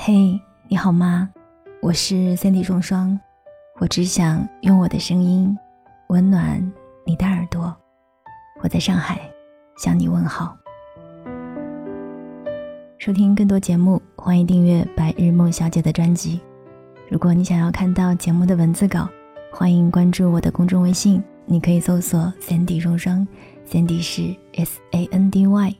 嘿，你好吗？我是Sandy双双，我只想用我的声音温暖你的耳朵。我在上海向你问好。收听更多节目，欢迎订阅白日梦小姐的专辑。如果你想要看到节目的文字稿，欢迎关注我的公众微信，你可以搜索 Sandy 双双， Sandy 是 SANDY。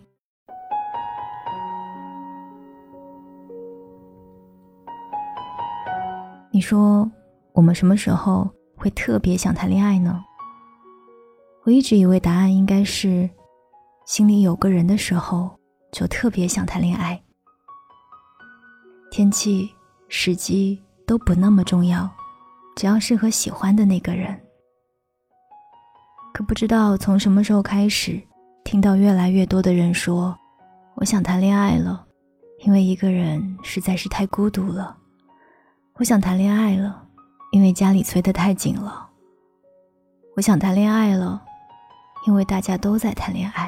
你说我们什么时候会特别想谈恋爱呢？我一直以为答案应该是心里有个人的时候就特别想谈恋爱。天气、时机都不那么重要，只要是和喜欢的那个人。可不知道从什么时候开始，听到越来越多的人说我想谈恋爱了，因为一个人实在是太孤独了。我想谈恋爱了，因为家里催得太紧了。我想谈恋爱了，因为大家都在谈恋爱。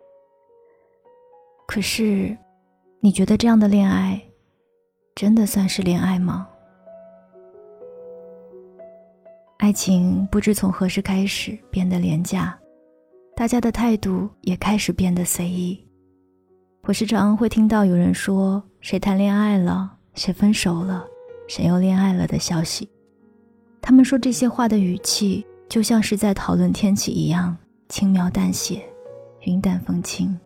可是，你觉得这样的恋爱，真的算是恋爱吗？爱情不知从何时开始变得廉价，大家的态度也开始变得随意。我时常会听到有人说，谁谈恋爱了，谁分手了，谁又恋爱了的消息。他们说这些话的语气就像是在讨论天气一样，轻描淡写，云淡风轻。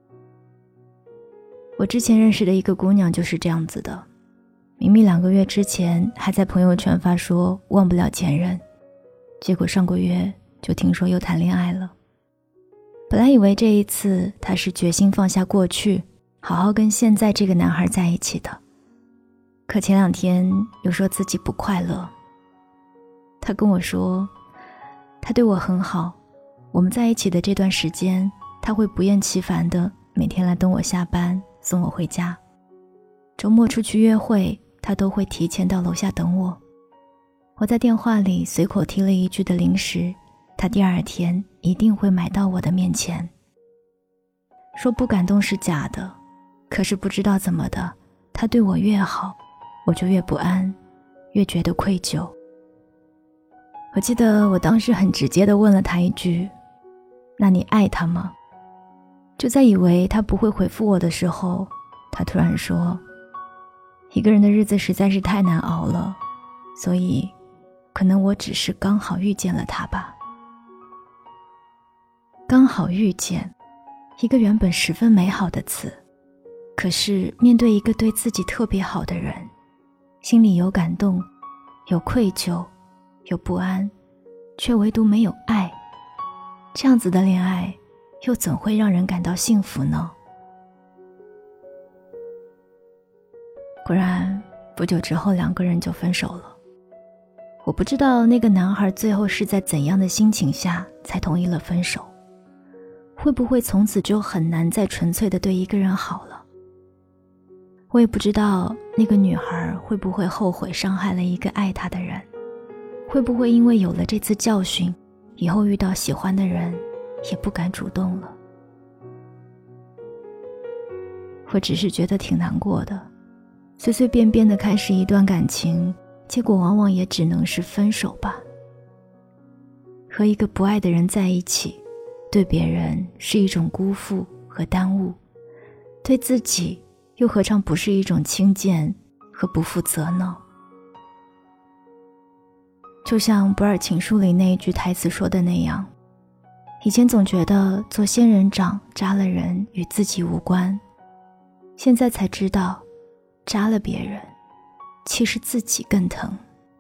我之前认识的一个姑娘就是这样子的，明明2个月之前还在朋友圈发说忘不了前任，结果上个月就听说又谈恋爱了。本来以为这一次她是决心放下过去，好好跟现在这个男孩在一起的，可前2天又说自己不快乐。他跟我说，他对我很好，我们在一起的这段时间，他会不厌其烦的每天来等我下班，送我回家。周末出去约会，他都会提前到楼下等我。我在电话里随口提了一句的零食，他第2天一定会买到我的面前。说不感动是假的，可是不知道怎么的，他对我越好，我就越不安，越觉得愧疚。我记得我当时很直接地问了他一句，那你爱他吗？就在以为他不会回复我的时候，他突然说，一个人的日子实在是太难熬了，所以可能我只是刚好遇见了他吧。刚好遇见，一个原本十分美好的词，可是面对一个对自己特别好的人，心里有感动，有愧疚，有不安，却唯独没有爱。这样子的恋爱，又怎会让人感到幸福呢？果然，不久之后2个人就分手了。我不知道那个男孩最后是在怎样的心情下才同意了分手，会不会从此就很难再纯粹地对一个人好了？我也不知道那个女孩会不会后悔伤害了一个爱她的人，会不会因为有了这次教训，以后遇到喜欢的人也不敢主动了。我只是觉得挺难过的，随随便便地开始一段感情，结果往往也只能是分手吧。和一个不爱的人在一起，对别人是一种辜负和耽误，对自己又何尝不是一种轻贱和不负责呢？就像不二情书里那一句台词说的那样，以前总觉得做仙人掌扎了人与自己无关，现在才知道扎了别人其实自己更疼。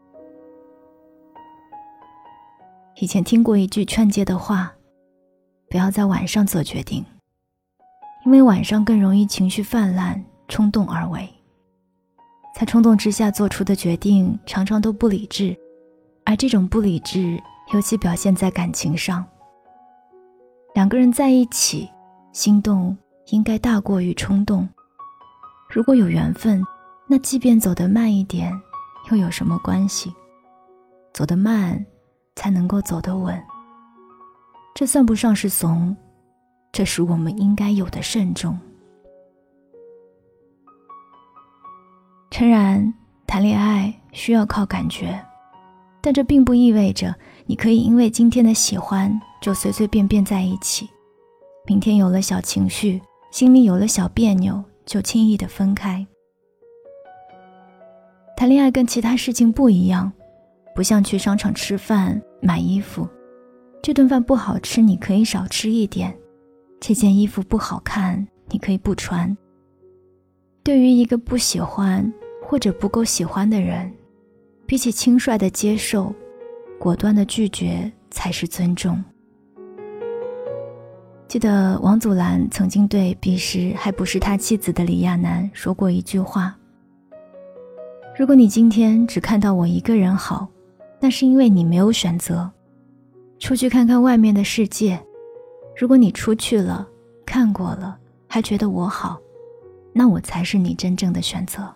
以前听过一句劝诫的话，不要在晚上做决定，因为晚上更容易情绪泛滥，冲动而为。在冲动之下做出的决定常常都不理智，而这种不理智尤其表现在感情上。2个人在一起，心动应该大过于冲动。如果有缘分，那即便走得慢一点，又有什么关系？走得慢，才能够走得稳。这算不上是怂，这是我们应该有的慎重。 诚然，谈恋爱需要靠感觉，但这并不意味着你可以因为今天的喜欢就随随便便在一起，明天有了小情绪，心里有了小别扭，就轻易的分开。谈恋爱跟其他事情不一样，不像去商场吃饭买衣服，这顿饭不好吃你可以少吃一点，这件衣服不好看你可以不穿。对于一个不喜欢或者不够喜欢的人，比起轻率的接受，果断的拒绝才是尊重。记得王祖蓝曾经对彼时还不是他妻子的李亚男说过一句话：如果你今天只看到我一个人好，那是因为你没有选择。出去看看外面的世界，如果你出去了，看过了，还觉得我好，那我才是你真正的选择。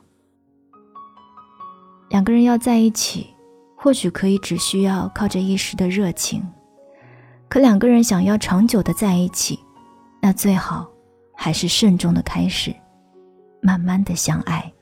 两个人要在一起，或许可以只需要靠着一时的热情，可两个人想要长久的在一起，那最好还是慎重的开始，慢慢的相爱。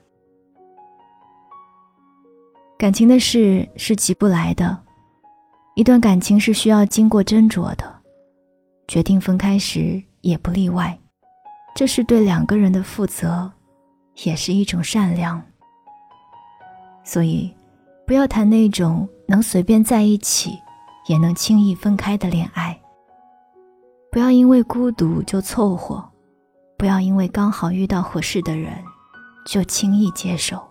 感情的事是急不来的，一段感情是需要经过斟酌的，决定分开时也不例外，这是对两个人的负责，也是一种善良。所以不要谈那种能随便在一起也能轻易分开的恋爱，不要因为孤独就凑合，不要因为刚好遇到合适的人就轻易接受。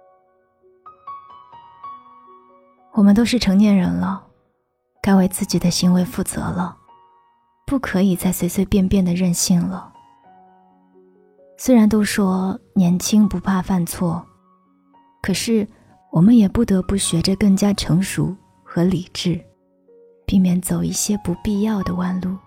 我们都是成年人了，该为自己的行为负责了，不可以再随随便便的任性了。虽然都说年轻不怕犯错，可是我们也不得不学着更加成熟和理智，避免走一些不必要的弯路。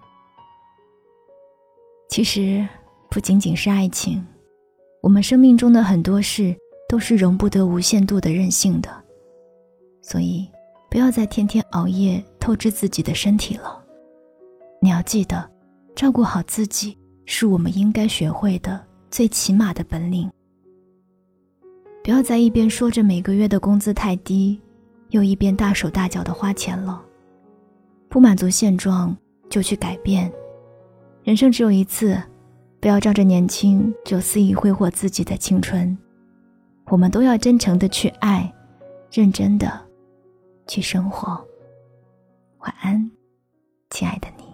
其实不仅仅是爱情，我们生命中的很多事都是容不得无限度的任性的，所以不要再天天熬夜透支自己的身体了。你要记得，照顾好自己是我们应该学会的最起码的本领。不要再一边说着每个月的工资太低，又一边大手大脚的花钱了。不满足现状就去改变，人生只有一次，不要仗着年轻就肆意挥霍自己的青春。我们都要真诚的去爱，认真的去生活。晚安，亲爱的你。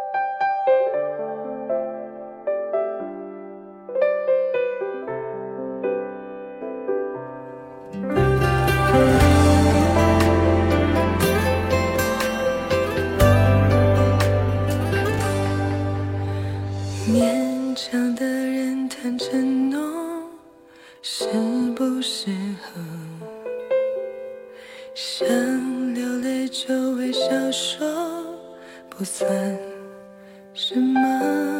勉强的人谈承诺，适不适合？想流泪就微笑说，不算什么。